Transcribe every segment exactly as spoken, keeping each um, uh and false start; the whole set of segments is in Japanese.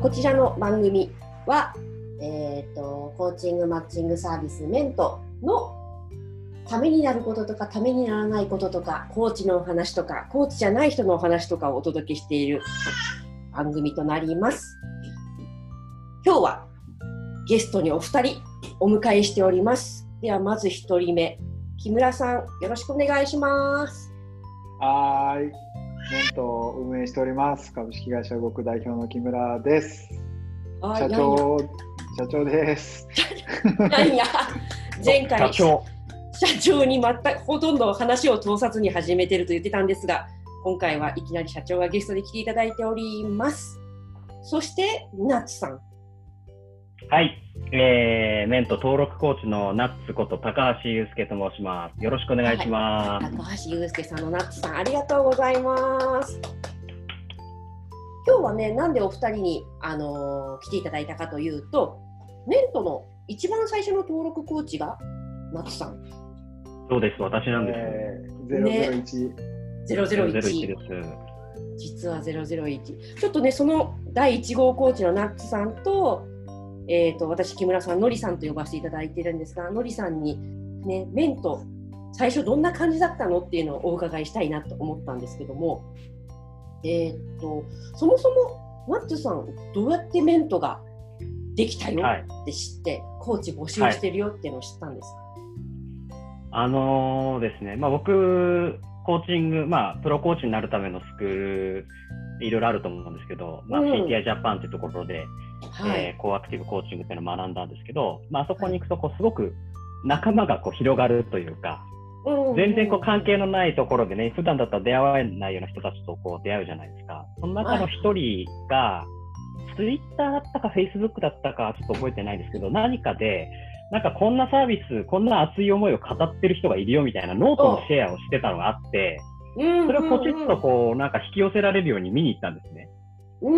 こちらの番組は、えーと、コーチングマッチングサービスメントのためになることとかためにならないこととか、コーチのお話とかコーチじゃない人のお話とかをお届けしている番組となります。今日はゲストにお二人お迎えしております。ではまず一人目、木村さん、よろしくお願いします。 はーい、メントを運営しております株式会社動く代表の木村です。社長社長です。 なんや前回社長社長に全くほとんど話を通さずに始めてると言ってたんですが、今回はいきなり社長がゲストで来ていただいております。そしてナッツさん。 はい、えー、メント登録コーチのナッツこと高橋祐介と申します。よろしくお願いします。 はい、高橋祐介さんのナッツさん、ありがとうございます。今日はね、なんでお二人に、あのー、来ていただいたかというと、メントの一番最初の登録コーチがナッツさん。 そうです、私なんです。 えー、ゼロゼロいち、ね、 ゼロゼロいちです。実はゼロゼロいち。ちょっとね、そのだいいち号コーチのナッツさんと、えーと、私木村さん、のりさんと呼ばせていただいているんですが、のりさんにね、メント最初どんな感じだったのっていうのをお伺いしたいなと思ったんですけども、えーと、そもそもナッツさん、どうやってメントができたよって知って、はい、コーチ募集してるよっていうのを知ったんですか？ はい、あのーですね、まあ、僕コーチング、まあ、プロコーチになるためのスクールいろいろあると思うんですけど、まあ、うん、シーティーアイ ジャパンっていうところで、はい、えー、コーアクティブコーチングっていうのを学んだんですけど、まあそこに行くとこうすごく仲間がこう広がるというか、うん、全然こう関係のないところでね、普段だったら出会えないような人たちとこう出会うじゃないですか。その中の一人が、ツイッターだったかフェイスブックだったかちょっと覚えてないですけど、何かでなんかこんなサービス、こんな熱い思いを語ってる人がいるよみたいなノートのシェアをしてたのがあって、それをポチッとこうなんか引き寄せられるように見に行ったんですね。 うん、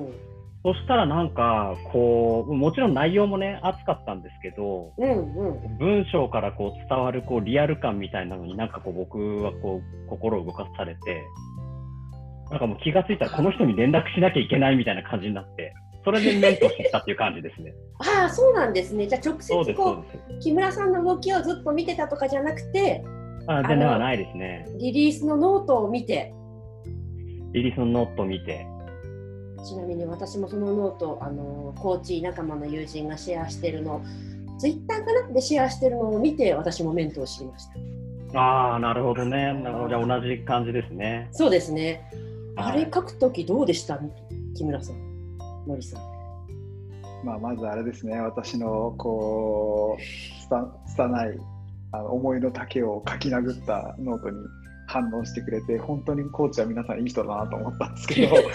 そしたらなんかこうもちろん内容もね熱かったんですけど、うんうん、文章からこう伝わるこうリアル感みたいなのになんかこう僕はこう心を動かされて、なんかもう気がついたらこの人に連絡しなきゃいけないみたいな感じになって、それでメントしてきたっていう感じですね。 ああ、そうなんですね。じゃあ直接こう木村さんの動きをずっと見てたとかじゃなくて、 ああ、ではないですね。 リリースのノートを見て、 リリースのノートを見て。 ちなみに私もそのノート、あのコーチ仲間の友人がシェアしてるの、ツイッターかなでシェアしてるのを見て、私もメントを知りました。 ああ、なるほどね。なるほど。じゃあ同じ感じですね。 そうですね。あれ書くときどうでした、木村さん、のりさん。 まあ、まずあれですね、私のこうつた拙いあの思いの丈を書き殴ったノートに反応してくれて、本当にコーチは皆さんいい人だなと思ったんですけど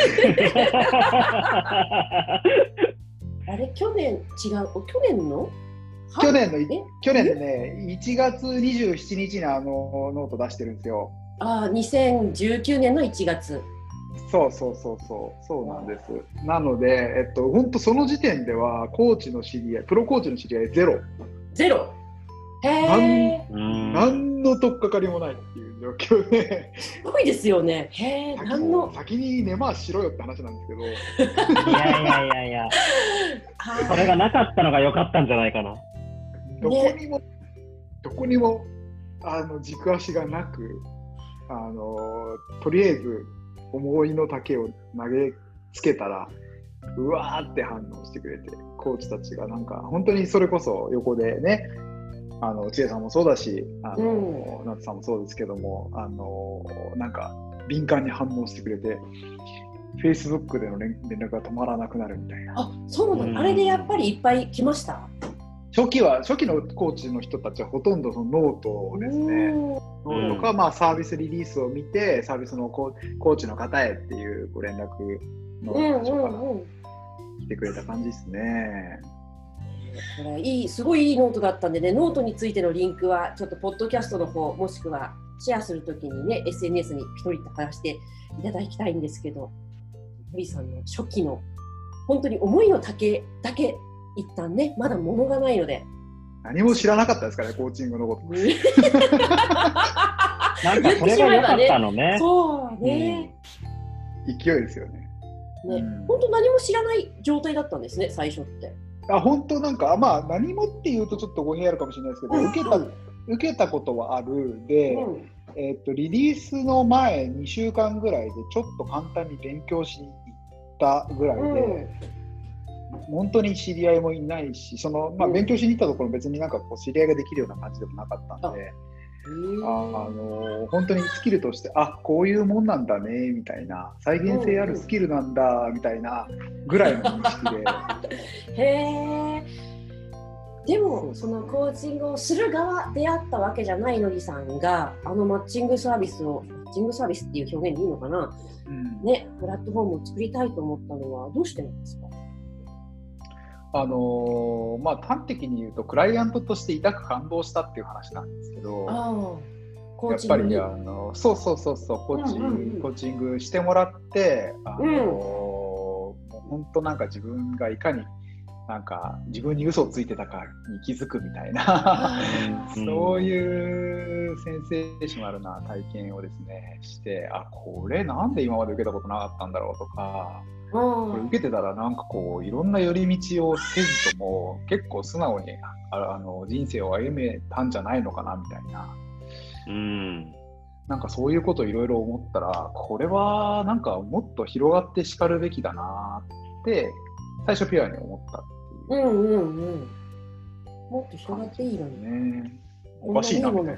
あれ去年違う去年の去年の去年のねいちがつにじゅうしちにちにあのノート出してるんですよ。 ああ、にせんじゅうきゅうねんのいちがつ。 そうそうそうそうそうなんです。なので、えっと本当その時点ではコーチの知り合い、プロコーチの知り合いゼロ。 ゼロ。へえ。 何の取っかかりもないっていう状況で。 すごいですよね。へえ。 何の先に根回ししろよって話なんですけど。 いやいやいやいや。それがなかったのが良かったんじゃないかな。 どこにも、ね、どこにもあの軸足がなく、あのとりあえず思いの丈を投げつけたらうわーって反応してくれて、コーチたちがなんか本当にそれこそ横でね、あの千恵さんもそうだし、あの、うん、夏さんもそうですけども、あのなんか敏感に反応してくれて、Facebook での連絡が止まらなくなるみたいな。 あ、そうなの、うん、あれでやっぱりいっぱい来ました？ 初期は初期のコーチの人たちはほとんどそのノートですね。ノートか、まあ、サービスリリースを見て、サービスのコーチの方へっていうご連絡の人から来てくれた感じですね。 これいい、すごいいいノートだったんでね、ノートについてのリンクはちょっとポッドキャストの方、もしくはシェアするときにね、エスエヌエス に一人と話していただきたいんですけど、森さんの初期の本当に思いの丈だけ一旦ね、まだ物がないので。 何も知らなかったですからね、コーチングのこと。 なんかそれが良かったのね。 そうね、 うん。勢いですよね。 ね、うん、本当何も知らない状態だったんですね、最初って。 あ、本当なんか、まあ、何もっていうとちょっと語弊あるかもしれないですけど、うん、受けた、受けたことはあるで、うん、えーと、リリースの前にしゅうかんぐらいでちょっと簡単に勉強しに行ったぐらいで、うん、本当に知り合いもいないし、その、まあ、勉強しに行ったところ別になんかこう知り合いができるような感じでもなかったんで、ああの本当にスキルとしてあこういうもんなんだねみたいな、再現性あるスキルなんだみたいなぐらいの認識でへー。でもそのコーチングをする側であったわけじゃないのりさんがあのマッチングサービスをマッチングサービスっていう表現でいいのかな、うんね、プラットフォームを作りたいと思ったのはどうしてなんですか？ あのー、まあ端的に言うとクライアントとして痛く感動したっていう話なんですけど、あやっぱりあのそうそうそうそうコーチ、うんうんうん、コーチングしてもらってあのーうん、もう本当なんか自分がいかになんか自分に嘘をついてたかに気づくみたいなそういうセンセーショナルな体験をですねしてあこれなんで今まで受けたことなかったんだろうとかこれ受けてたらなんかこういろんな寄り道をせずとも結構素直にああの人生を歩めたんじゃないのかなみたいな、うん、なんかそういうことをいろいろ思ったらこれはなんかもっと広がってしかるべきだなって最初ピュアに思ったっていう。うんうんうん。 もっと広がっていいのにね。 おかしいなみたいな。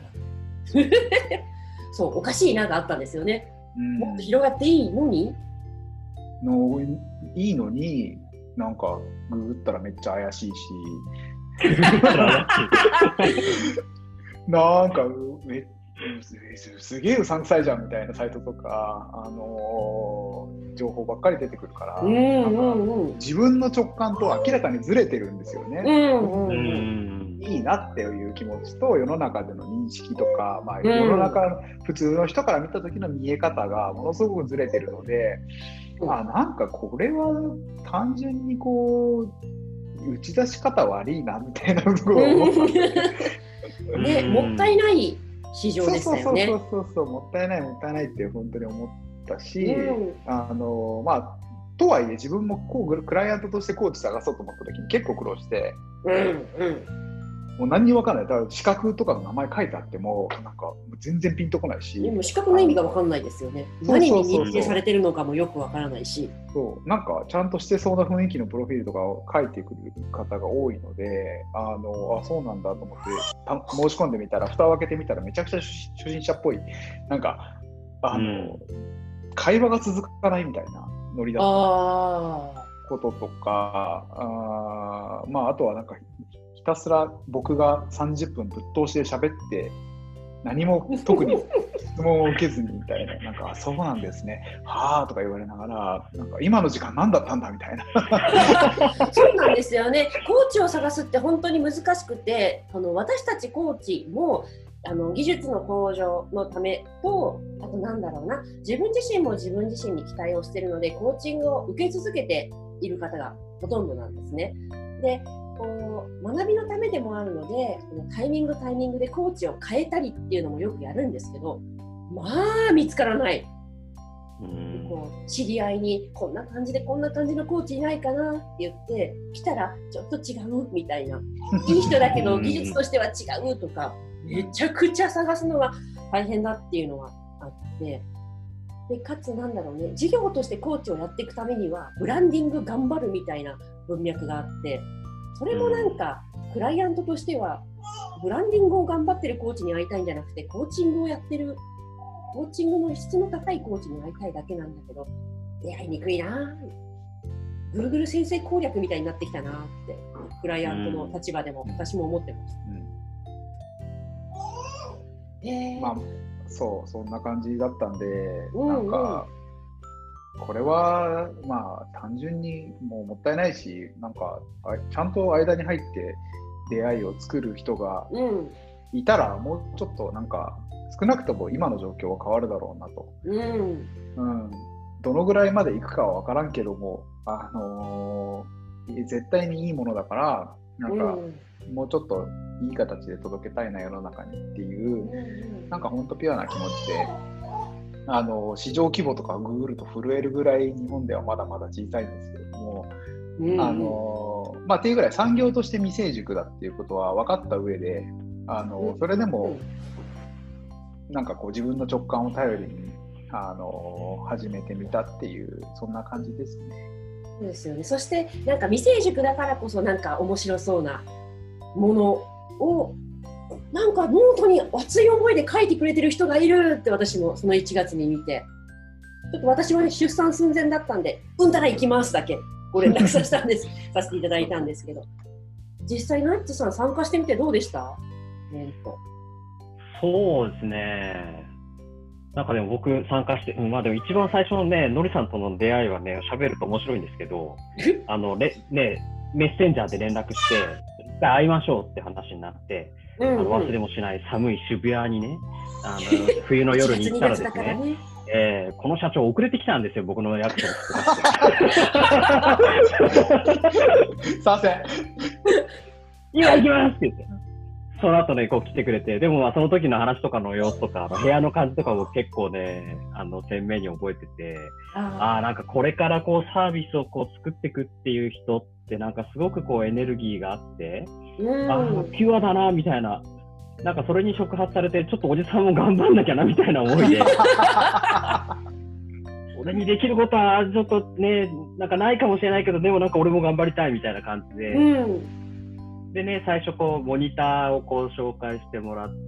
そうおかしいながあったんですよね。うん、もっと広がっていいのに。 のいいのになんかググったらめっちゃ怪しいしなんかめすげえうさんくさいじゃんみたいなサイトとか、あのー、情報ばっかり出てくるから、うんうんうん、自分の直感と明らかにずれてるんですよね、うんうんうん、いいなっていう気持ちと世の中での認識とか、まあ、世の中の普通の人から見た時の見え方がものすごくずれてるので、あなんかこれは単純にこう打ち出し方悪いなみたいなところを思ってね、もったいない市場でしたよね。 そうそうそうそうもったいないもったいないって本当に思ったし、うん、あのまあとはいえ自分もこうクライアントとしてコーチ探そうと思った時に結構苦労して、うんうんもう何にも分かんない。だから資格とかの名前書いてあってもなんか全然ピンとこないし、 でも資格の意味が分かんないですよね。何に認定されてるのかもよく分からないし、 そうなんかちゃんとしてそうな雰囲気のプロフィールとかを書いてくる方が多いので、あのあそうなんだと思って申し込んでみたら蓋を開けてみたらめちゃくちゃ初心者っぽいなんかあの、うん、会話が続かないみたいなノリだったこととか、あまああとはなんかひたすら僕がさんじゅっぷんぶっ通しで喋って何も特に質問を受けずにみたいな、なんかそうなんですねはぁとか言われながらなんか今の時間何だったんだみたいなそうなんですよね。コーチを探すって本当に難しくて、あの私たちコーチもあの技術の向上のためと、あとなんだろうな、自分自身も自分自身に期待をしているのでコーチングを受け続けている方がほとんどなんですね。でこう学びのためでもあるのでタイミングタイミングでコーチを変えたりっていうのもよくやるんですけど、まあ見つからない。うんこう知り合いにこんな感じでこんな感じのコーチいないかなって言って来たらちょっと違うみたいな、いい人だけど技術としては違うとかめちゃくちゃ探すのが大変だっていうのがあって、でかつなんだろうね、事業としてコーチをやっていくためにはブランディング頑張るみたいな文脈があって、それもなんかクライアントとしてはブランディングを頑張ってるコーチに会いたいんじゃなくて、コーチングをやってるコーチングの質の高いコーチに会いたいだけなんだけど、出会いにくいな、Google 先生攻略みたいになってきたなってクライアントの立場でも私も思ってました、 うんえーまあ、そうそんな感じだったんで、うんうん、なんかこれはまあ単純にもうもったいないし、なんかちゃんと間に入って出会いを作る人がいたら、もうちょっとなんか少なくとも今の状況は変わるだろうなと、うんうん、どのぐらいまでいくかは分からんけども、あのー、絶対にいいものだからなんか、うん、もうちょっといい形で届けたいな世の中にっていう、うん、なんかほんとピュアな気持ちであの市場規模とかグールと震えるぐらい日本ではまだまだ小さいんですけれども、うん、あのまあっていうぐらい産業として未成熟だっていうことは分かった上で、あのそれでもなんかこう自分の直感を頼りにあの始めてみたっていうそんな感じですね。 そうですよね。そしてなんか未成熟だからこそなんか面白そうなものをなんかノートに熱い思いで書いてくれてる人がいるって私もそのいちがつに見て、ちょっと私は出産寸前だったんでうんたら行きますだけご連絡させたんですさせていただいたんですけど、実際ナッツさん参加してみてどうでした？メント。 そうですね。なんかでも僕参加して、うん、まあでも一番最初のね、のりさんとの出会いはね、喋ると面白いんですけど、あのレねメッセンジャーで連絡して、一回会いましょうって話になって、うんうん、あの忘れもしない寒い渋谷にね、あの冬の夜に行ったらですね、ねえー、この社長遅れてきたんですよ、僕の約束すいません。 今行きますって言って。その後ね、こう来てくれて、でもまあその時の話とかの様子とか、部屋の感じとかも結構ね、あの鮮明に覚えてて、ああ、なんかこれからこうサービスをこう作っていくっていう人ってなんかすごくこうエネルギーがあって、ああ、ピュアだなみたいな、なんかそれに触発されて、ちょっとおじさんも頑張んなきゃなみたいな思いで、俺にできることはちょっとね、なんかないかもしれないけど、でもなんか俺も頑張りたいみたいな感じで、うんでね、最初こうモニターをこう紹介してもらって、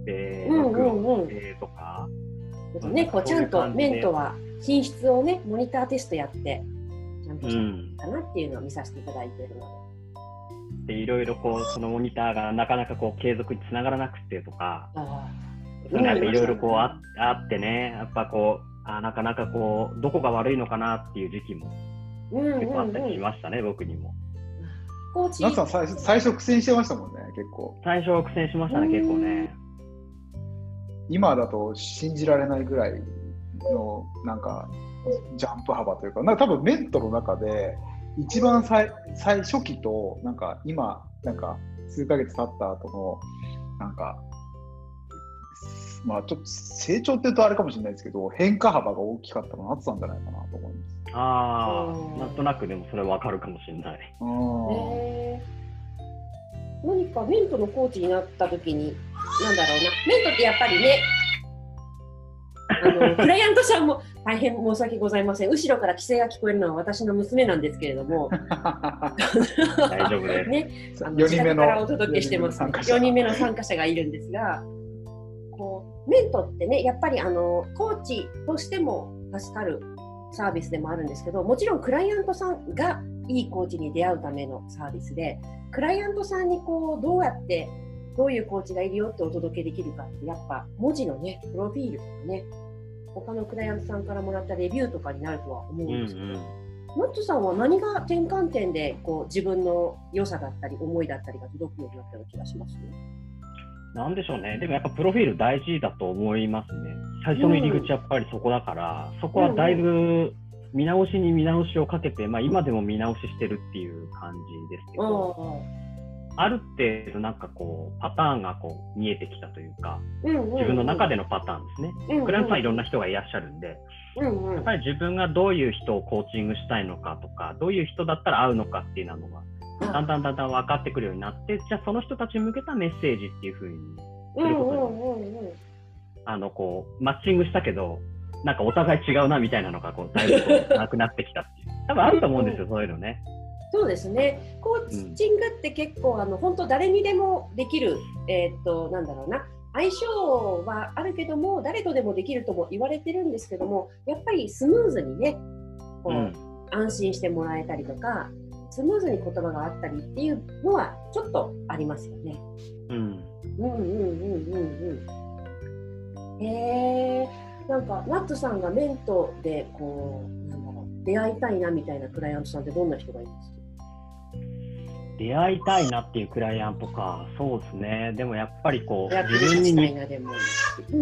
うんうんうん、とか、 ね、こうちゃんとメントは品質をねモニターテストやってちゃんとしたかなっていうのを見させていただいているので、でいろいろこうそのモニターがなかなかこう継続につながらなくてとか、それなんかいろいろこう あ, あってね、やっぱこうあなかなかこうどこが悪いのかなっていう時期も結構あったりしましたね、うんうんうん、僕にも。 ナツさん最初、最初苦戦してましたもんね、結構。 最初は苦戦しましたね、結構ね。 今だと信じられないぐらいのなんかジャンプ幅というか、なんか多分メントの中で一番最最初期となんか今なんか数ヶ月経った後のなんかまあちょっと成長って言うとあれかもしれないですけど、変化幅が大きかったのはナツさんじゃないかなと思います。 ああ、なんとなくでもそれ分かるかもしれない。あー何かメントのコーチになった時になんだろうな、メントってやっぱりねあのクライアントさんも大変申し訳ございません、後ろから規制が聞こえるのは私の娘なんですけれども大丈夫です、 ね、あのよにんめのからお届けしてます、ね、よにんめの参加者がいるんですが、こうメントってねやっぱりあのコーチとしても助かるサービスでもあるんですけど、もちろんクライアントさんがいいコーチに出会うためのサービスで、クライアントさんにこうどうやってどういうコーチがいるよってお届けできるかってやっぱ文字のねプロフィールとかね他のクライアントさんからもらったレビューとかになるとは思うんですけど、うんうん、ノットさんは何が転換点でこう自分の良さだったり思いだったりが届くようになったような気がしますね。 なんでしょうね。でもやっぱプロフィール大事だと思いますね。最初の入り口やっぱりそこだから、うん、そこはだいぶ見直しに見直しをかけて、まあ今でも見直ししてるっていう感じですけど、うんうん、ある程度なんかこうパターンがこう見えてきたというか、うんうんうん、自分の中でのパターンですね。うんうん、クライアントさんいろんな人がいらっしゃるんで、うんうん、やっぱり自分がどういう人をコーチングしたいのかとか、どういう人だったら合うのかっていうのがだんだんだんだん分かってくるようになって、じゃあその人たちに向けたメッセージっていう風にすることに、あのこうマッチングしたけどなんかお互い違うなみたいなのがこうだいぶなくなってきたっていう多分あると思うんですよ、そういうのね。 そうですね。コーチングって結構、うん、あの本当誰にでもできる、えー、っとなんだろうな、相性はあるけども誰とでもできるとも言われてるんですけども、やっぱりスムーズにねこう、うん、安心してもらえたりとかスムーズに言葉があったりっていうのはちょっとありますよね。うん、うんうんうんうんうん。えー、なんかナッツさんがメントでこうなんだろう出会いたいなみたいなクライアントさんってどんな人がいますか？ 出会いたいなっていうクライアントか、そうですね。でもやっぱりこう自分に似、うん、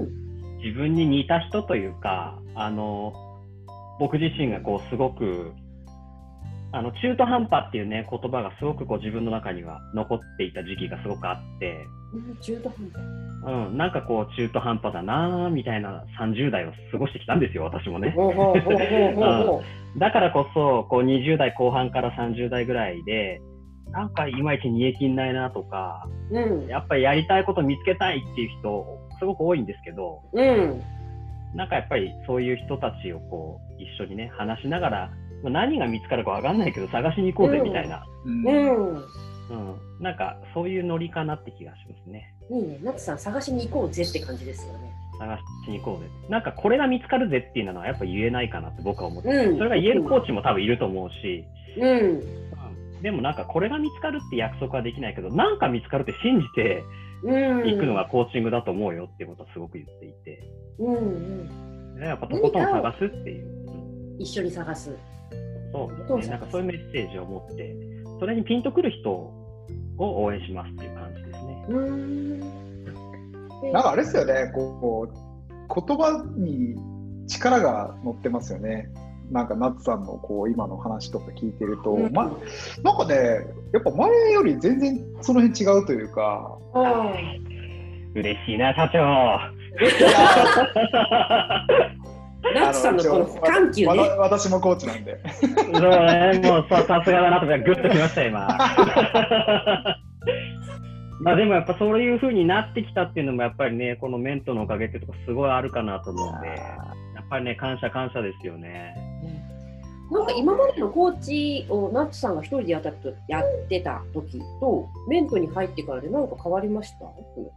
自分に似た人というか、あの僕自身がこうすごくあの中途半端っていうね言葉がすごくこう自分の中には残っていた時期がすごくあって、 中途半端。 うん、なんかこう中途半端だなみたいなさんじゅう代を過ごしてきたんですよ、私もね。だからこそこうにじゅう代後半からさんじゅう代ぐらいでなんかいまいち煮え切んないなとか、うん、やっぱりやりたいこと見つけたいっていう人すごく多いんですけど、うん、なんかやっぱりそういう人たちをこう一緒にね話しながら、まあ、何が見つかるか分かんないけど探しに行こうぜみたいな、うんうんうん、なんかそういうノリかなって気がしますね。 いいね、ナツさん探しに行こうぜって感じですよね。 探しに行こうぜ、なんかこれが見つかるぜっていうのはやっぱ言えないかなって僕は思って、うん、それが言えるコーチも多分いると思うし、うんうん、でもなんかこれが見つかるって約束はできないけど、なんか見つかるって信じていくのがコーチングだと思うよっていうことはすごく言っていて、うんうん、やっぱとことん探すっていう、 うん、一緒に探す、 そうですね、なんかそういうメッセージを持ってそれにピンとくる人を応援しますっていう感じですね。うーん、 なんかあれですよね、こう言葉に力が乗ってますよね。なんかナッツさんのこう今の話とか聞いてると、うん、ま、なんかねやっぱ前より全然その辺違うというか、 嬉しいな社長。 ナッツさんのこの緩急ね、 私もコーチなんでそうね、もうさすがだなとかグッときました今。まあでもやっぱそういう風になってきたっていうのもやっぱりね、このメントのおかげっていうとこすごいあるかなと思うんで、やっぱりね感謝感謝ですよね。 なんか今までのコーチをナッツさんが一人でやったとやってた時とメントに入ってからで何か変わりました？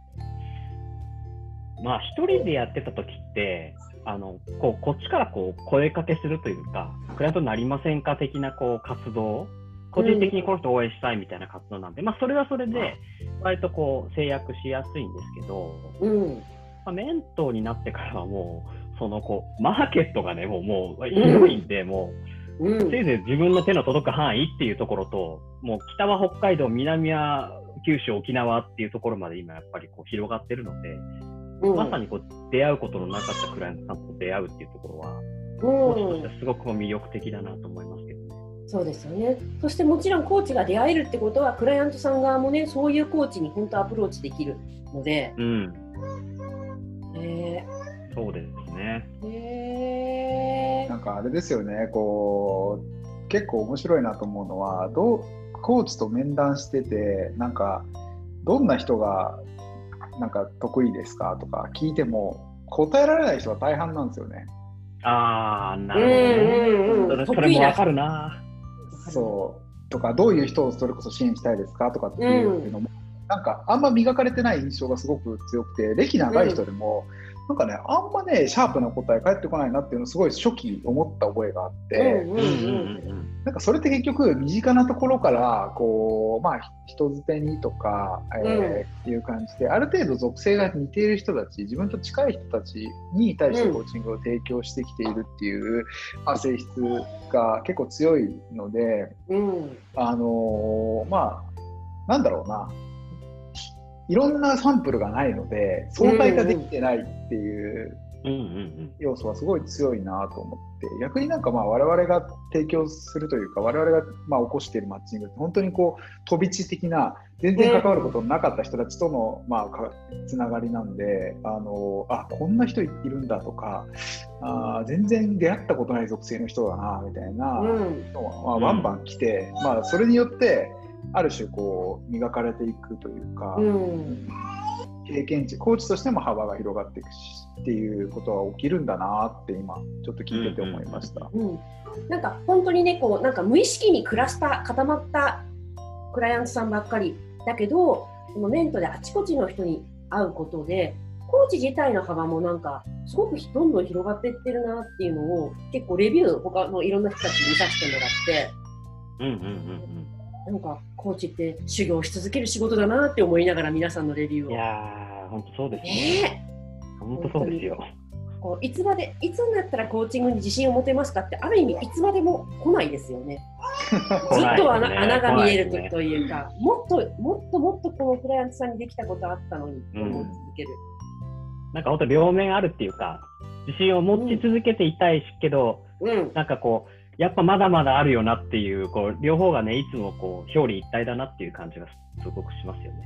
まあ一人でやってた時ってあのこうこっちからこう声かけするというか、クライアントになりませんか的なこう活動、個人的にこの人を応援したいみたいな活動なんで、まあ、それはそれで割とこう制約しやすいんですけど、うんまあ、メントーになってからはもうそのこうマーケットがねもう、もう広いんで、うん、もう、うん、せいぜい自分の手の届く範囲っていうところと、もう北は北海道、南は九州、沖縄っていうところまで今やっぱりこう広がってるので、うん、まさにこう出会うことのなかったクライアントさんと出会うっていうところは、コーチとしてはすごく魅力的だなと思いますけどね。 そうですよね。そしてもちろんコーチが出会えるってことはクライアントさん側もね、そういうコーチに本当アプローチできるので、うん、 えー、そうですね。 えー、なんかあれですよね、こう結構面白いなと思うのは、どうコーチと面談してて、なんかどんな人がなんか得意ですかとか聞いても答えられない人が大半なんですよね。 ああ、なるほどね。うんうんうん、それもわかるな。 そうとか、どういう人をそれこそ支援したいですかとかっていうのも、うん、なんかあんま磨かれてない印象がすごく強くて、歴長い人でも、うん、なんかねあんまねシャープな答え返ってこないなっていうのをすごい初期思った覚えがあって、なんかそれって結局身近なところからこう、まあ、人づてにとか、えーうん、いう感じである程度属性が似ている人たち、自分と近い人たちに対してコーチングを提供してきているっていう、まあ、性質が結構強いので、うん、あのー、まあなんだろうな、いろんなサンプルがないので相対化できてないっていう要素はすごい強いなと思って、逆になんかまあ我々が提供するというか、我々がまあ起こしているマッチングって本当にこう飛び地的な全然関わることのなかった人たちとのまあつながりなんで、あのあこんな人いるんだとか、あ全然出会ったことない属性の人だなみたいなのはバンバン来て、まあそれによってある種こう磨かれていくというか、うん、経験値、コーチとしても幅が広がっていくしっていうことは起きるんだなって今ちょっと聞いてて思いました。うんうん、 なんか本当にね、こうなんか無意識にクラスター固まったクライアントさんばっかりだけど、このメントであちこちの人に会うことでコーチ自体の幅もなんかすごくどんどん広がっていってるなっていうのを結構レビュー他のいろんな人たちに見させてもらって、うんうんうんうんなんかコーチって修行し続ける仕事だなって思いながら皆さんのレビューを。 いやー本当そうですね。本当そうですよ。 こういつまでいつになったらコーチングに自信を持てますかってある意味いつまでも来ないですよね。ずっと穴、ね、穴が見えると、ね、というか、もっともっともっとこのクライアントさんにできたことあったのにと思い続ける。 うん、なんか本当両面あるっていうか、自信を持ち続けていたいしけど、うん、なんかこう。やっぱまだまだあるよなっていう、こう両方がねいつもこう表裏一体だなっていう感じがすごくしますよね。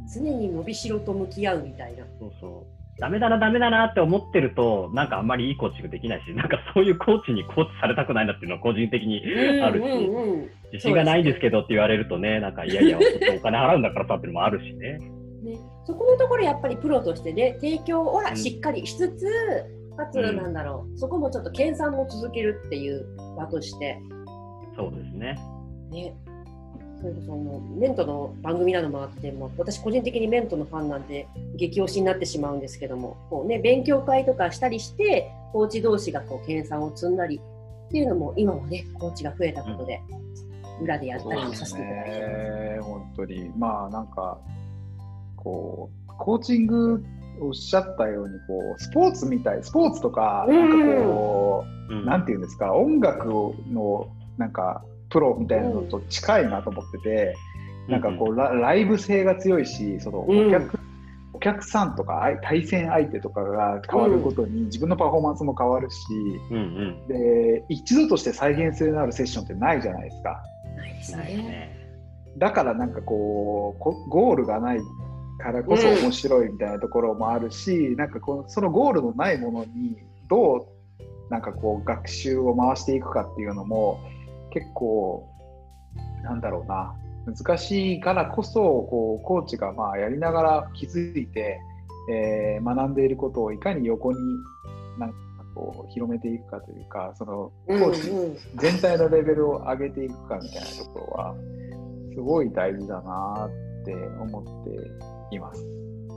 常に伸びしろと向き合うみたいな。 そうそうダメだなダメだなって思ってるとなんかあんまりいいコーチングできないし、なんかそういうコーチにコーチされたくないなっていうのは個人的にあるし、うんうんうん、自信がないんですけどって言われるとね、なんかいやいやお金払うんだからさっていうのもあるしね。 ね、そこのところやっぱりプロとしてね提供はしっかりしつつ、うん、かつなんだろう、うん、そこもちょっと研鑽も続けるっていう場として。 そうですね。 ね、それこそのメントの番組などもあっても、私個人的にメントのファンなんで激推しになってしまうんですけども、こう、ね、勉強会とかしたりしてコーチ同士がこう研鑽を積んだりっていうのも今はねコーチが増えたことで裏でやったりもさせていただいてます。 ね、本当にまあなんかこうコーチングおっしゃったようにこうスポーツみたいスポーツとかなんかこう、うん、なんていうんですか、音楽のなんかプロみたいなのと近いなと思ってて、うん、なんかこう ラ, ライブ性が強いし、そのお客、うん、お客さんとか対戦相手とかが変わることに自分のパフォーマンスも変わるし、うんうん、で一度として再現性のあるセッションってないじゃないですか。 ないですね。 だからなんかこうゴールがないからこそ面白いみたいなところもあるし、うん、なんかこのそのゴールのないものにどうなんかこう学習を回していくかっていうのも結構なんだろうな、難しいからこそこうコーチがまあやりながら気づいて、えー、学んでいることをいかに横になんかこう広めていくかというか、そのコーチ全体のレベルを上げていくかみたいなところはすごい大事だなって思っています。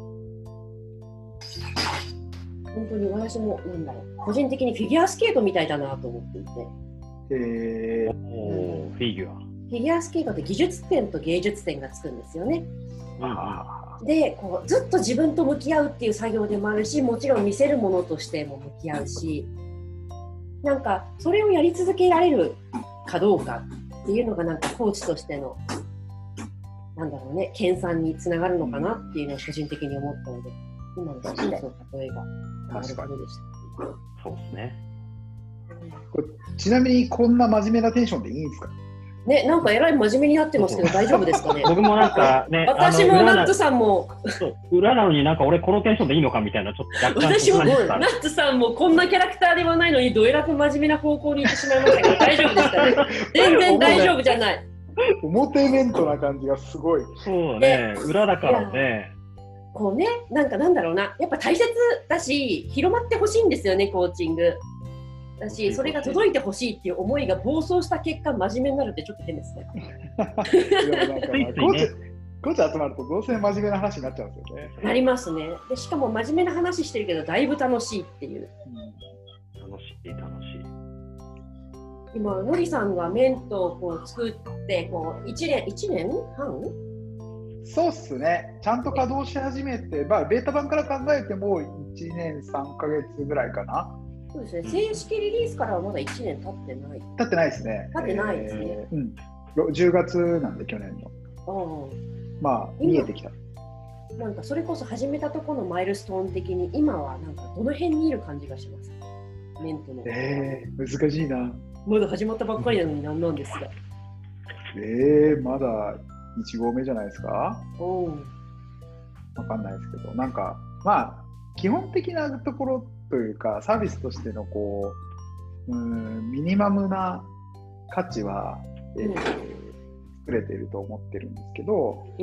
本当に私もなんだろう、個人的にフィギュアスケートみたいだなと思っていて。 えー、 おー、フィギュア。 フィギュアスケートって技術点と芸術点がつくんですよね。あでこうずっと自分と向き合うっていう作業でもあるし、もちろん見せるものとしても向き合うし、なんかそれをやり続けられるかどうかっていうのがなんかコーチとしてのなんだろうね、研鑽につながるのかなっていうのを個人的に思ったので、今のスポーツの例えがなるほどでした。 そうですね。 これちなみにこんな真面目なテンションでいいんですかね、なんかえらい真面目になってますけど大丈夫ですかね。 僕もなんかね、 私もナッツさんも裏なのになんか俺このテンションでいいのかみたいなちょっと若干私もナッツさんもこんなキャラクターではないのにどえらく真面目な方向に行ってしまいましたけど大丈夫ですかね。全然大丈夫じゃない。 表面とな感じがすごい。 そうね、裏だからね。 こうね、なんかなんだろうな、やっぱ大切だし広まってほしいんですよね、コーチング。だし、それが届いてほしいっていう思いが暴走した結果真面目になるってちょっと変ですね。 でもなんか、まあ、コーチ、コーチ集まるとどうせ真面目な話になっちゃうんですよね。 なりますね。でしかも真面目な話してるけどだいぶ楽しいっていう、 うん、楽しい楽しい。 今のりさんがメントをこう作ってこういちねんいちねんはんそうっすね。ちゃんと稼働し始めて、まあ、ベータ版から考えてもいちねんさんかげつぐらいかな。 そうですね、正式リリースからはまだいちねん経ってない。 経ってないですね。 経ってないですね。 えーうん、じゅうがつなんで去年の。あまあ見えてきた。 なんかそれこそ始めたところのマイルストーン的に今はなんかどの辺にいる感じがします。メントの。 えー、難しいな。 まだ始まったばっかりなのに何なんですが。 えー、まだいち号目じゃないですか。 おわかんないですけど、なんかまあ基本的なところというかサービスとしてのこう、うーんミニマムな価値は、えーうん、作れていると思ってるんですけど、うん、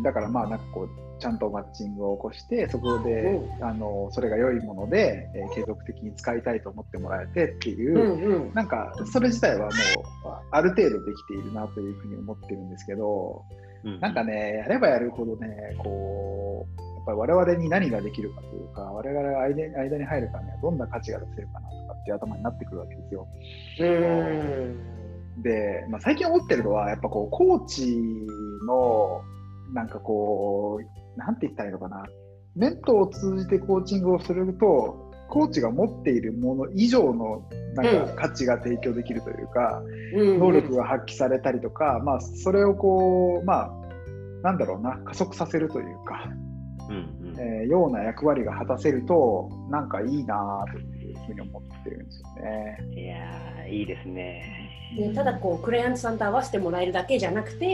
だからまあなんかこうちゃんとマッチングを起こしてそこで、うん、あのそれが良いもので、えー、継続的に使いたいと思ってもらえてっていう、うんうん、なんかそれ自体はもうある程度できているなというふうに思ってるんですけど、うん、なんかねやればやるほどねこうやっぱり我々に何ができるかというか我々が 間, 間に入るからねどんな価値が出せるかなとかっていう頭になってくるわけですよ。うんで、まあ、最近思ってるのはやっぱこうコーチのなんかこうなんて言ったらいいのかな、メントを通じてコーチングをするとコーチが持っているもの以上のなんか価値が提供できるというか、うん、能力が発揮されたりとか、まあ、それをこうまあなんだろうな加速させるというか、うんうんえー、ような役割が果たせるとなんかいいなというふうに思ってるんですよね。 いやーいいですね。 でただこうクライアントさんと合わせてもらえるだけじゃなくて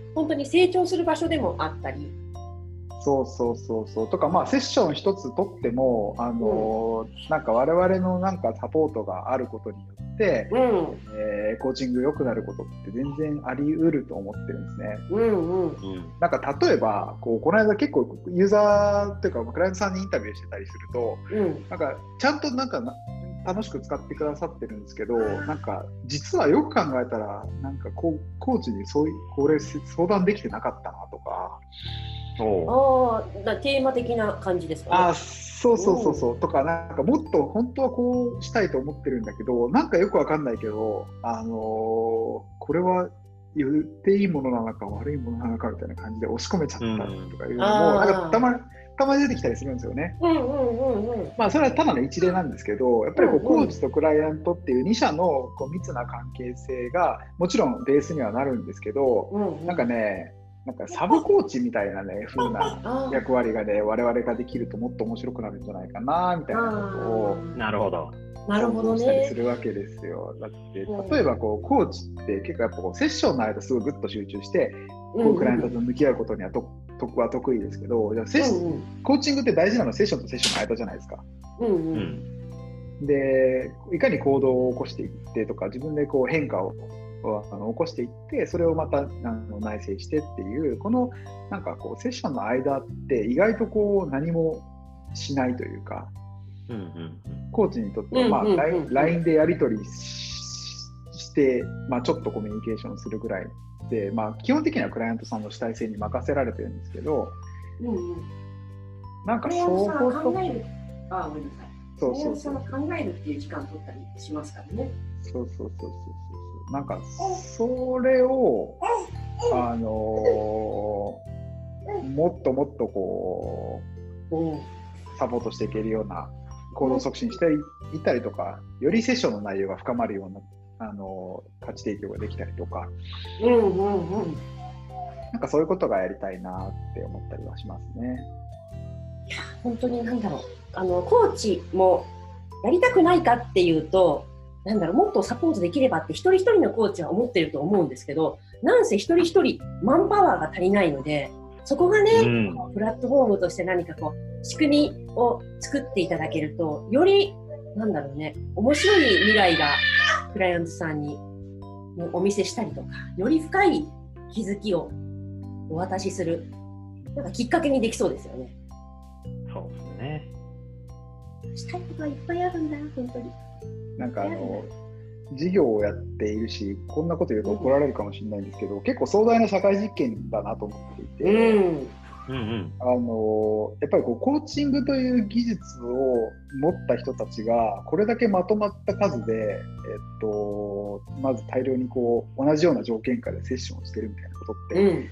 本当に成長する場所でもあったり。 そうそうそうそうとか、まあセッション一つとってもあの、うん、なんか我々のなんかサポートがあることによって、うん、えー、コーチング良くなることって全然あり得ると思ってるんですね。うんうん、なんか例えばこうこの間結構ユーザーというかクライアントさんにインタビューしてたりすると、うん、なんかちゃんとなんか楽しく使ってくださってるんですけど、なんか実はよく考えたらなんかこうコーチにそういうこれ相談できてなかったなとか。 ああ、テーマ的な感じですかね。 あ、そうそうそうそうとか、なんかもっと本当はこうしたいと思ってるんだけど、なんかよくわかんないけど、あのー、これは言っていいものなのか悪いものなのかみたいな感じで押し込めちゃったとかいうのも、うん、なんかたまたまに出てきたりするんですよね。うんうんうんうん、まあそれはただの一例なんですけど、やっぱりこうコーチとクライアントっていうに社のこう密な関係性がもちろんベースにはなるんですけど、うんうん、なんかね。なんかサブコーチみたいなね風な役割がね我々ができるともっと面白くなるんじゃないかなみたいなことをなるほど想像したりするわけですよ。だって例えばこうコーチって結構やっぱこうセッションの間すごいグッと集中してこうクライアントと向き合うことにはと得は得意ですけど、じゃあセッ、うんうん、コーチングって大事なのはセッションとセッションの間じゃないですか。うんうん、でいかに行動を起こしていってとか自分でこう変化をあの起こしていってそれをまたあの内省してっていうこのなんかこうセッションの間って意外とこう何もしないというか、うんうん、コーチにとっては、まあうんうんうん、ライン でやり取り し, して、まあ、ちょっとコミュニケーションするぐらいで、まあ、基本的にはクライアントさんの主体性に任せられてるんですけど、うんうん、なんかそう考えるあごめんなさいそうそうそう考えるっていう時間取ったりしますからね。 そうそうそうそうなんかそれをあのー、もっともっとこうサポートしていけるような行動促進していったりとか、よりセッションの内容が深まるようなあのー、価値提供ができたりとか、うんうんうん、なんかそういうことがやりたいなって思ったりはしますね。 いや本当になんだろうあのコーチもやりたくないかっていうとなんだろうもっとサポートできればって一人一人のコーチは思ってると思うんですけど、なんせ一人一人マンパワーが足りないので、そこがね、うん、プラットフォームとして何かこう仕組みを作っていただけるとよりなんだろうね面白い未来がクライアントさんにお見せしたりとか、より深い気づきをお渡しするなんかきっかけにできそうですよね。 そうですね。 したいことはいっぱいあるんだ本当に。 なんかあの事業をやっているし、こんなこと言うと怒られるかもしれないんですけど、うん、結構壮大な社会実験だなと思っていて、うんうんうん、あのやっぱりこうコーチングという技術を持った人たちがこれだけまとまった数で、えっと、まず大量にこう同じような条件下でセッションをしてるみたいなことって、うん、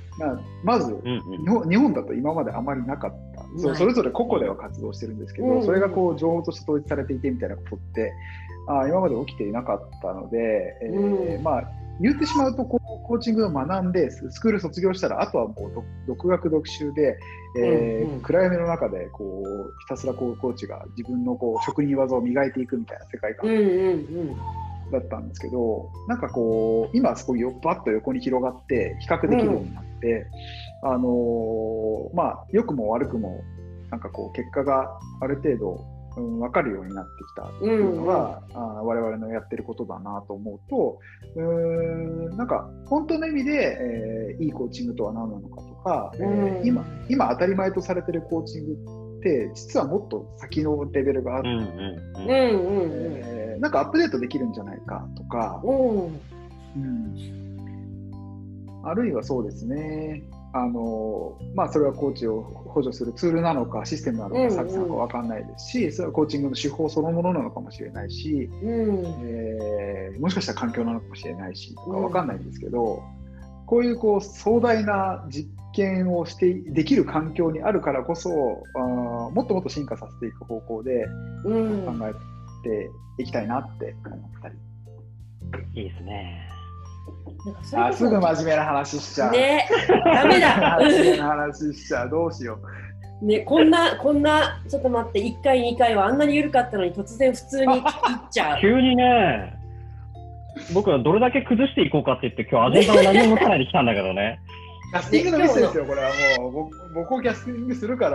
ま, まず、うんうん、日本、日本だと今まであまりなかった、うん、そ, それぞれ個々では活動してるんですけど、うん、それがこう情報として統一されていてみたいなことってあ今まで起きていなかったので、えーうん、まあ言ってしまうとこうコーチングを学んでスクール卒業したらあとはもう独学独習で、えーうんうん、暗闇の中でこうひたすらこうコーチが自分のこう職人技を磨いていくみたいな世界観だったんですけど、なんかこう今すごいバッと横に広がって比較できるようになって、うん、あのー、まあ良くも悪くもなんかこう結果がある程度うん、分かるようになってきたっていうのが、うんうん、あ我々のやってることだなと思うと、うーんなんか本当の意味で、えー、いいコーチングとは何なのかとか、うんえー、今, 今当たり前とされてるコーチングって実はもっと先のレベルがあって、なんかアップデートできるんじゃないかとか、うんうん、あるいはそうですねあのまあ、それはコーチを補助するツールなのかシステムなのかサービスなのか分かんないですし、それはコーチングの手法そのものなのかもしれないし、うんえー、もしかしたら環境なのかもしれないしとか分かんないんですけど、うん、こういう、こう壮大な実験をしてできる環境にあるからこそあもっともっと進化させていく方向で考えていきたいなって思ったり、 うん、いいですね。 あすぐ真面目な話しちゃうね。ダメだ真面目な話しちゃうどうしようね。こんなこんなちょっと待っていっかいにかいはあんなに緩かったのに突然普通に切っちゃう急にね。僕はどれだけ崩していこうかって言って今日アジェンダを何も持たないで来たんだけどね。 キャスティングのミスですよ、これはもう僕、僕をキャスティングするから。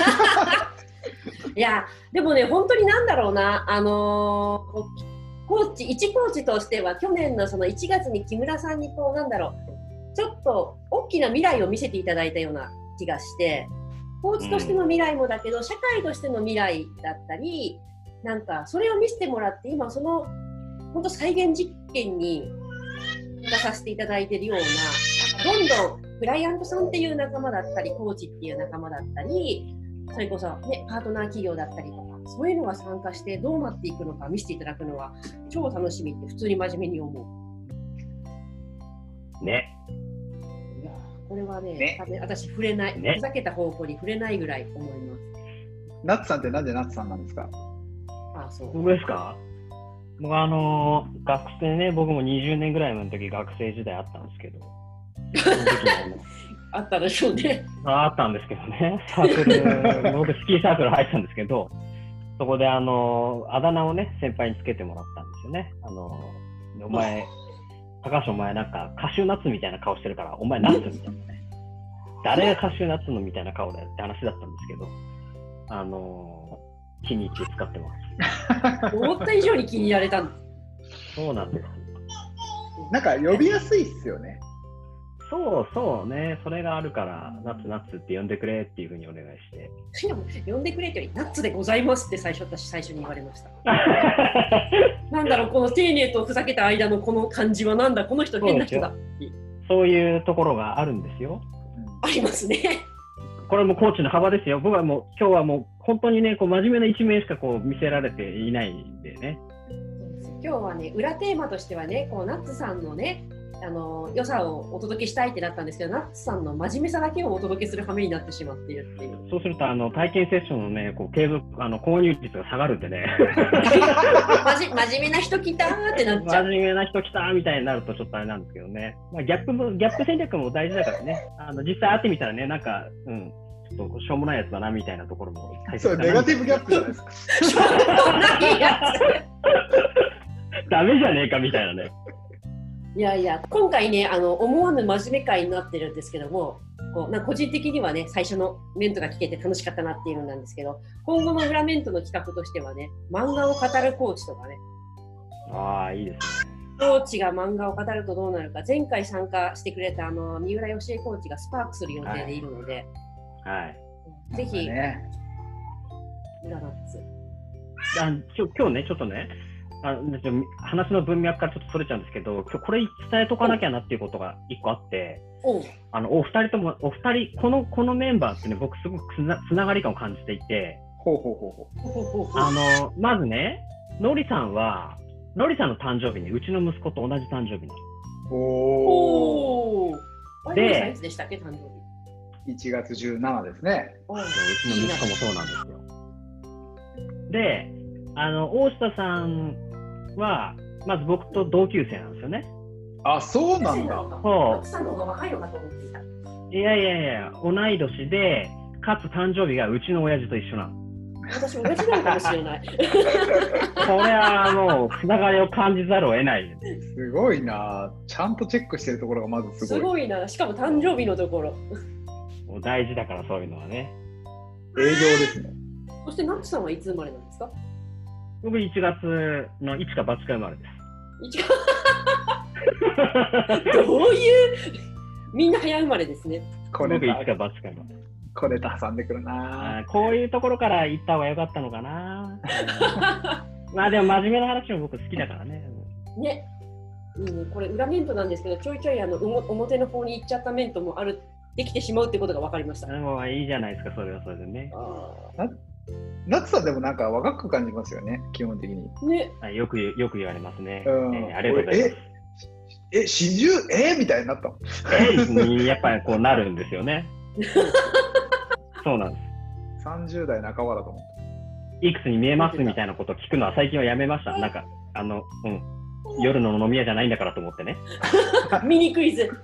いや、でもね、本当になんだろうな、あのー、コーチ、一コーチとしては、去年のそのいちがつに木村さんにこう、なんだろう、ちょっと大きな未来を見せていただいたような気がして、コーチとしての未来もだけど、うん、社会としての未来だったり、なんか、それを見せてもらって、今、その、本当再現実験に出させていただいているような、どんどんクライアントさんっていう仲間だったり、コーチっていう仲間だったり、それこそ、ね、パートナー企業だったりとか、そういうのが参加してどうなっていくのか見せていただくのは超楽しみって普通に真面目に思う。ね。 いや、これはね、 ね多分私触れない、ね、ふざけた方向に触れないぐらい思います。 ナッツさんってなんでナッツさんなんですか？ ああ、そう。 僕ですか？僕はあのー、学生ね、僕もにじゅうねんぐらいの時学生時代あったんですけど、その時もあったでしょうね。 あったんですけどね、サークル、僕スキーサークル入ってたんですけど、そこであのー、あだ名をね、先輩につけてもらったんですよね。あのー、お前、高橋お前なんかカシューナッツみたいな顔してるから、お前ナッツみたいなね。誰がカシューナッツのみたいな顔だよって話だったんですけど、あのー、気に入って使ってます。 思った以上に気に入られたんです。 そうなんです。 なんか呼びやすいっすよね。 そうそうね、それがあるから、ナッツナッツって呼んでくれっていうふうにお願いして。 しかも、呼んでくれってより、ナッツでございますって最初、私最初に言われました。なんだろう、この丁寧とふざけた間のこの感じはなんだ、この人変な人だっていう。 そういうところがあるんですよ。 ありますね。 これもコーチの幅ですよ。僕はもう今日はもう本当にね、こう真面目な一面しかこう見せられていないんでね。 今日はね、裏テーマとしてはね、こうナッツさんのね、あの良さをお届けしたいってなったんですけど、ナッツさんの真面目さだけをお届けする羽目になってしまっているっていう。 そうするとあの体験セッションのね、こう継続あの購入率が下がるんでね。 まじ真面目な人来たーってなっちゃう。 真面目な人来たーみたいになるとちょっとあれなんですけどね。まあ、ギャップもギャップ戦略も大事だからね。あの実際会ってみたらね、なんかうん。ちょっとしょうもないやつだなみたいなところも大切そう、ネガティブギャップじゃないですか。 しょうもないやつ。ダメじゃねえかみたいなね。 いやいや、今回ね、あの思わぬ真面目会になってるんですけども、こうなんか個人的にはね、最初のメントが聞けて楽しかったなっていうのなんですけど、今後の裏メントの企画としてはね、漫画を語るコーチとかね。 ああ、いいですね。 コーチが漫画を語るとどうなるか、前回参加してくれたあの三浦義恵コーチがスパークする予定でいるので、 はい。 ぜひ、 ね、 裏ナッツ。 あ今日、今日ね、ちょっとね、あ話の文脈からちょっとそれちゃうんですけど、今日これ伝えとかなきゃなっていうことが一個あって、 お, あのお二人とも、お二人、この、このメンバーってね、僕すごくつな、つながり感を感じていて、 ほうほうほうほう。 あの、まずね、のりさんは、のりさんの誕生日にうちの息子と同じ誕生日なの。 おー。で、いつでしたっけ、誕生日。 いちがつじゅうしちにちですね。 うちの息子もそうなんですよ。で、あの大下さんはまず僕と同級生なんですよね。 あ、そうなんだ。 そう。 いやいやいや、同い年で、かつ誕生日がうちの親父と一緒なの。 私親父なのかもしれない。これはもうつながりを感じざるを得ない。 すごいな。ちゃんとチェックしてるところがまずすごい。 すごいな。しかも誕生日のところ。 もう大事だからそういうのはね。 営業ですね。 そしてナッツさんはいつ生まれなんですか？ 僕いちがつのいつかバチカ生まれです。 どういうみんな早生まれですね。 これ僕いつかバチカ生まれ。 これと挟んでくるな。 こういうところから言った方が良かったのかな。まあでも真面目な話も僕好きだからね。 ね。いいね。これ裏メントなんですけど、ちょいちょいあの表の方に行っちゃったメントもある。できてしまうってことが分かりました。 もういいじゃないですか、それはそれでね。 ナッツさんでもなんか若く感じますよね、基本的に。 ね。 よくよく言われますね。 うんえー、ありがとうございます。 え、四十えみたいになったの？ えにやっぱりこうなるんですよね。そうなんです。 さんじゅうだいなかばだと思って。いくつに見えますみたいなことを聞くのは最近はやめました。なんかあのうん夜の飲み屋じゃないんだからと思ってね。 ミニクイズ。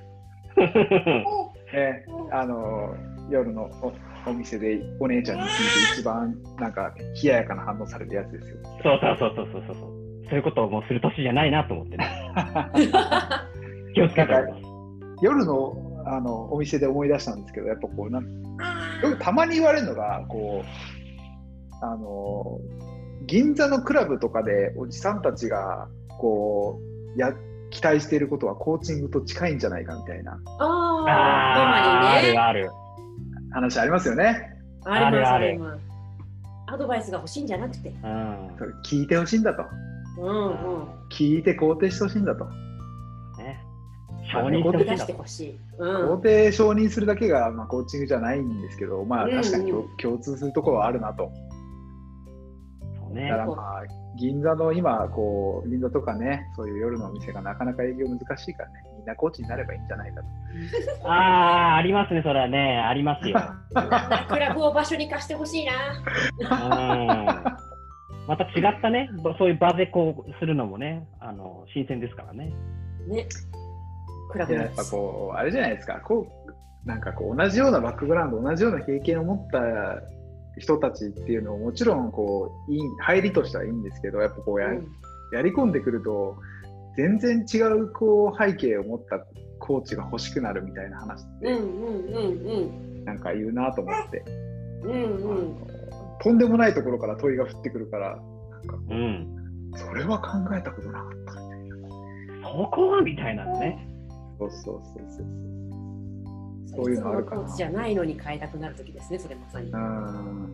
ね、あの夜の お, お店でお姉ちゃんに聞いて一番なんか冷ややかな反応されるやつですよ。 そうそうそうそうそうそうそういうことをもうする年じゃないなと思ってね。気をつけております。 夜のあのお店で思い出したんですけど、やっぱこうなんたまに言われるのがこうあの銀座のクラブとかでおじさんたちがこうや期待していることはコーチングと近いんじゃないかみたいなああ、 あるある話ありますよね。 ありますあるある。 アドバイスが欲しいんじゃなくて、 うん、 それ聞いてほしいんだと、 うんうん、 聞いて肯定してほしいんだと、 ね、承認してほしいんだ出してほしい、う肯ん、 定承認するだけが、まあ、コーチングじゃないんですけど、まあ確かに、 うんうん、 共通するところはあるなと。 そうね、 だからまあ銀座の今こう銀座とかね、そういう夜のお店がなかなか営業難しいからね、みんなコーチになればいいんじゃないかと。 ああ、ありますね、それはね、ありますよ。 クラブを場所に貸してほしいな。 うん、また違ったね、そういう場でこうするのもね、あの新鮮ですからね。 ね、クラブやっぱこうあれじゃないですか、こうなんかこう同じようなバックグラウンド、同じような経験を持った人たちっていうのももちろんこういい入りとしてはいいんですけど、やっぱこう や,、うん、やり込んでくると全然違うこう背景を持ったコーチが欲しくなるみたいな話って、うんうんうん、なんか言うなと思って、うんうん、とんでもないところから問いが降ってくるから、なんかこう、うん、それは考えたことなかったみたいな、 そこはみたいなね。 そうそうそうそうそういうのあるかな。 コーチじゃないのに変えたくなるときですね、それまさに。 うん、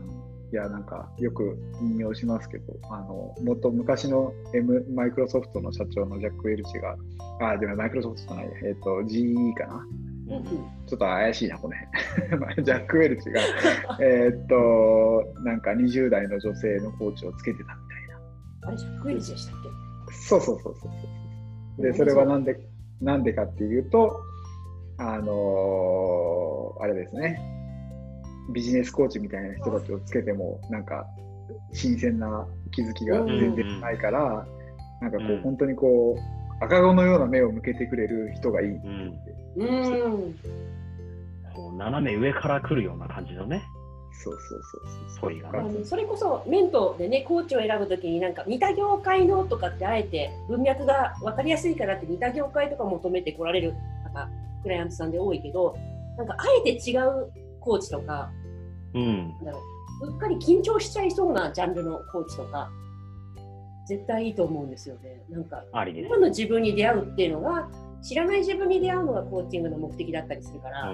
いやなんかよく引用しますけど、あのもっと昔の、M、マイクロソフトの社長のジャック・ウェルチが、あでもマイクロソフトじゃない、えっ、ー、と ジーイー かな、うん、ちょっと怪しいなこれジャック・ウェルチがえっとなんかにじゅう代の女性のコーチをつけてたみたいな。 あれジャック・ウェルチでしたっけ？そうそうそうそうで、それはなんでなんでかっていうと、あのー、あれですね、ビジネスコーチみたいな人たちをつけてもなんか新鮮な気づきが全然ないから、うんうん、なんかこう、うん、本当にこう赤子のような目を向けてくれる人がいいって言って、うん、 こう斜め上から来るような感じのね。 そうそうそうそういうあのそれこそメントでね、コーチを選ぶときになんか似た業界のとかってあえて文脈が分かりやすいからって似た業界とか求めてこられるなんかクライアントさんで多いけど、なんかあえて違うコーチとか、うん、だろう、うっかり緊張しちゃいそうなジャンルのコーチとか絶対いいと思うんですよね。なんか今の自分に出会うっていうのが、知らない自分に出会うのがコーチングの目的だったりするから、うん、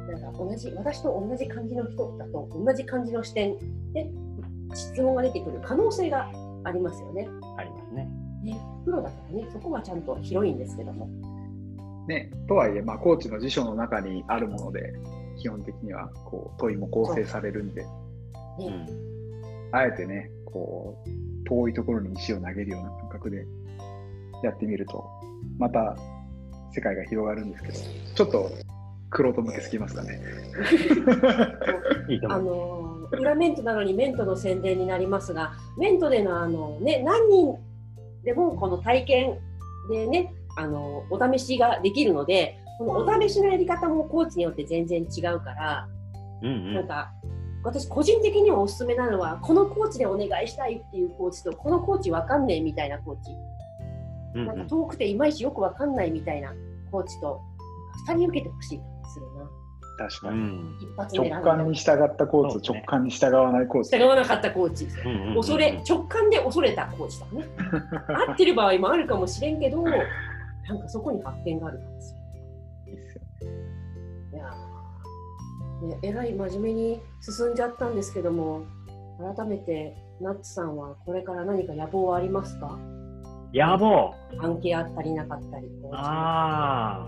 なんか同じ私と同じ感じの人だと同じ感じの視点で質問が出てくる可能性がありますよね。 ありますね。 ね、プロだからね、そこはちゃんと広いんですけども。 ね、とはいえ、まあ、コーチの辞書の中にあるもので基本的にはこう問いも構成されるんで、ね、うん、あえてねこう遠いところに石を投げるような感覚でやってみるとまた世界が広がるんですけど、ちょっとクロート向けすぎますかねあの裏メントなのにメントの宣伝になりますが、メントでのあの、ね、何人でもこの体験でね、あのお試しができるので、このお試しのやり方もコーチによって全然違うから、うんうん、なんか私個人的にはおすすめなのは、このコーチでお願いしたいっていうコーチと、このコーチわかんねえみたいなコーチ、うんうん、なんか遠くていまいちよくわかんないみたいなコーチとふたり受けてほしい感じするな。 確かに、うん、一発直感に従ったコーチと直感に従わないコーチ、 従わなかったコーチ、うんうんうん、恐れ直感で恐れたコーチだね合ってる場合もあるかもしれんけど、なんかそこに発見があるかもしれない。いいっすよね。いやー、ね、えらい真面目に進んじゃったんですけども、改めてナッツさんはこれから何か野望はありますか？ 野望、 関係あったりなかったり。 ああ、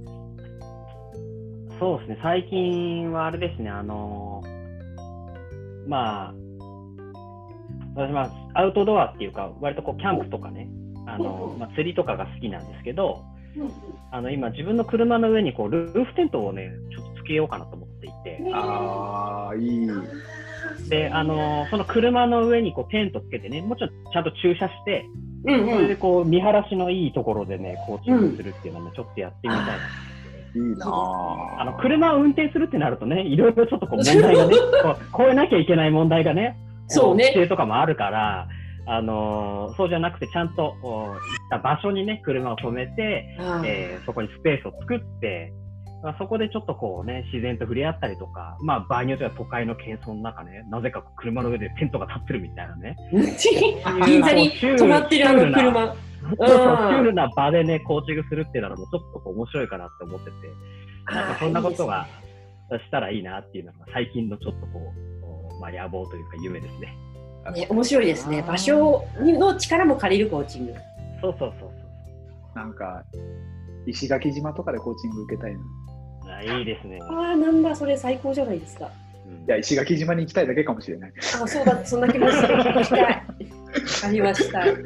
そうですね。最近はあれですね。あのー、まあ私はアウトドアっていうか割とこうキャンプとかね、あのまあ、釣りとかが好きなんですけど、あの今自分の車の上にこうルーフテントをねちょっとつけようかなと思っていて、 ああいい。 で、あのその車の上にこうテントつけてね、もちろんちゃんと駐車して、うんうん、それでこう見晴らしのいいところでねコーチングするっていうのもちょっとやってみたいな。 いいなあの車を運転するってなるとね、いろいろちょっとこう問題がねこう越えなきゃいけない問題がね、そうね、規制とかもあるから。あのー、そうじゃなくてちゃんと行った場所にね車を止めて、えー、そこにスペースを作ってまあ、そこでちょっとこうね、自然と触れ合ったりとか、まあ場合によっては都会の喧騒の中ね、なぜか車の上でテントが立ってるみたいなね。 銀座に止まってるあの車。 そうそう、シュールな場でね、コーチングするっていうのはもうちょっとこう面白いかなって思ってて、なんかそんなことがしたらいいなっていうのが最近のちょっとこう、まあ野望というか夢ですね。 ね、面白いですね。場所の力も借りるコーチング。 そうそうそうそう。 なんか石垣島とかでコーチング受けたいな。 あ、いいですね。 ああ、なんだそれ最高じゃないですか。 うん、いや石垣島に行きたいだけかもしれない。 あ、そうだ、そんな気持ちで行きたい。わかりました。い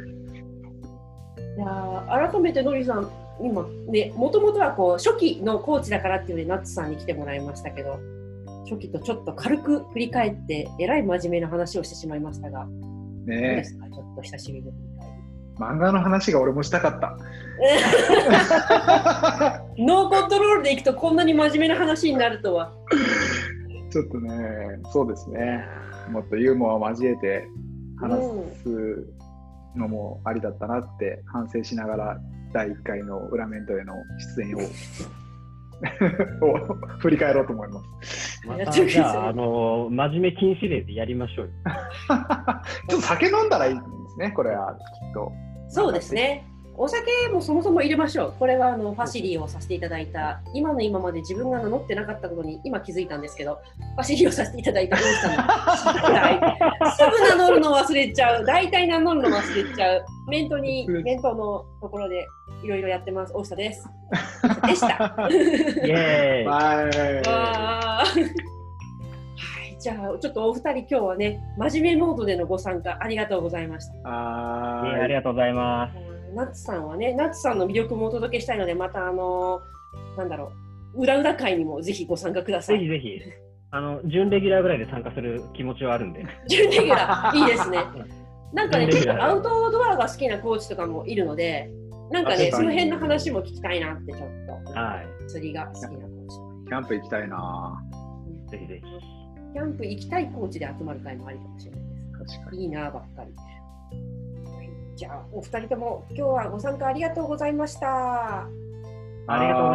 や改めてのりさん、今ね、もともとはこう初期のコーチだからっていうのでナッツさんに来てもらいましたけど、初期とちょっと軽く振り返ってえらい真面目な話をしてしまいましたが、 ね、 どうですか、ちょっと久しぶりの振り返り。 漫画の話が俺もしたかった。 ノーコントロールでいくとこんなに真面目な話になるとは。 ちょっとね、そうですね。もっとユーモアを交えて話すのもありだったなって反省しながら、だいいっかいの裏メントへの出演をを振り返ろうと思います。 またじゃあ、あの真面目禁止令でやりましょうよ。 ちょっと酒飲んだらいいんですね、これはきっと。 そうですね。お酒もそもそも入れましょう。これはあのファシリーをさせていただいた、今の今まで自分が名乗ってなかったことに今気づいたんですけど、ファシリーをさせていただいた大内さんのすぐ名乗るの忘れちゃう。大体名乗るの忘れちゃう。メントにメントのところでいろいろやってます。大下です。でした。 イエーイ。 はい。 はい。じゃあちょっとお二人今日はね、真面目モードでのご参加ありがとうございました。 あー、ありがとうございます。 ナッツさんはね、ナッツさんの魅力もお届けしたいので、またあのなんだろう、裏裏会にもぜひご参加ください。 ぜひぜひ、あの準レギュラーぐらいで参加する気持ちはあるんで。 準レギュラーいいですね。なんかね、結構アウトドアが好きなコーチとかもいるので、なんかね、その辺の話も聞きたいなってちょっと。 はい。 釣りが好きなコーチ。 キャンプ行きたいな。 ぜひぜひ。 キャンプ行きたいコーチで集まる会もありかもしれないです。 確かに。 いいなばっかり。じゃあお二人とも今日はご参加ありがとうございました。 ありがとうございました。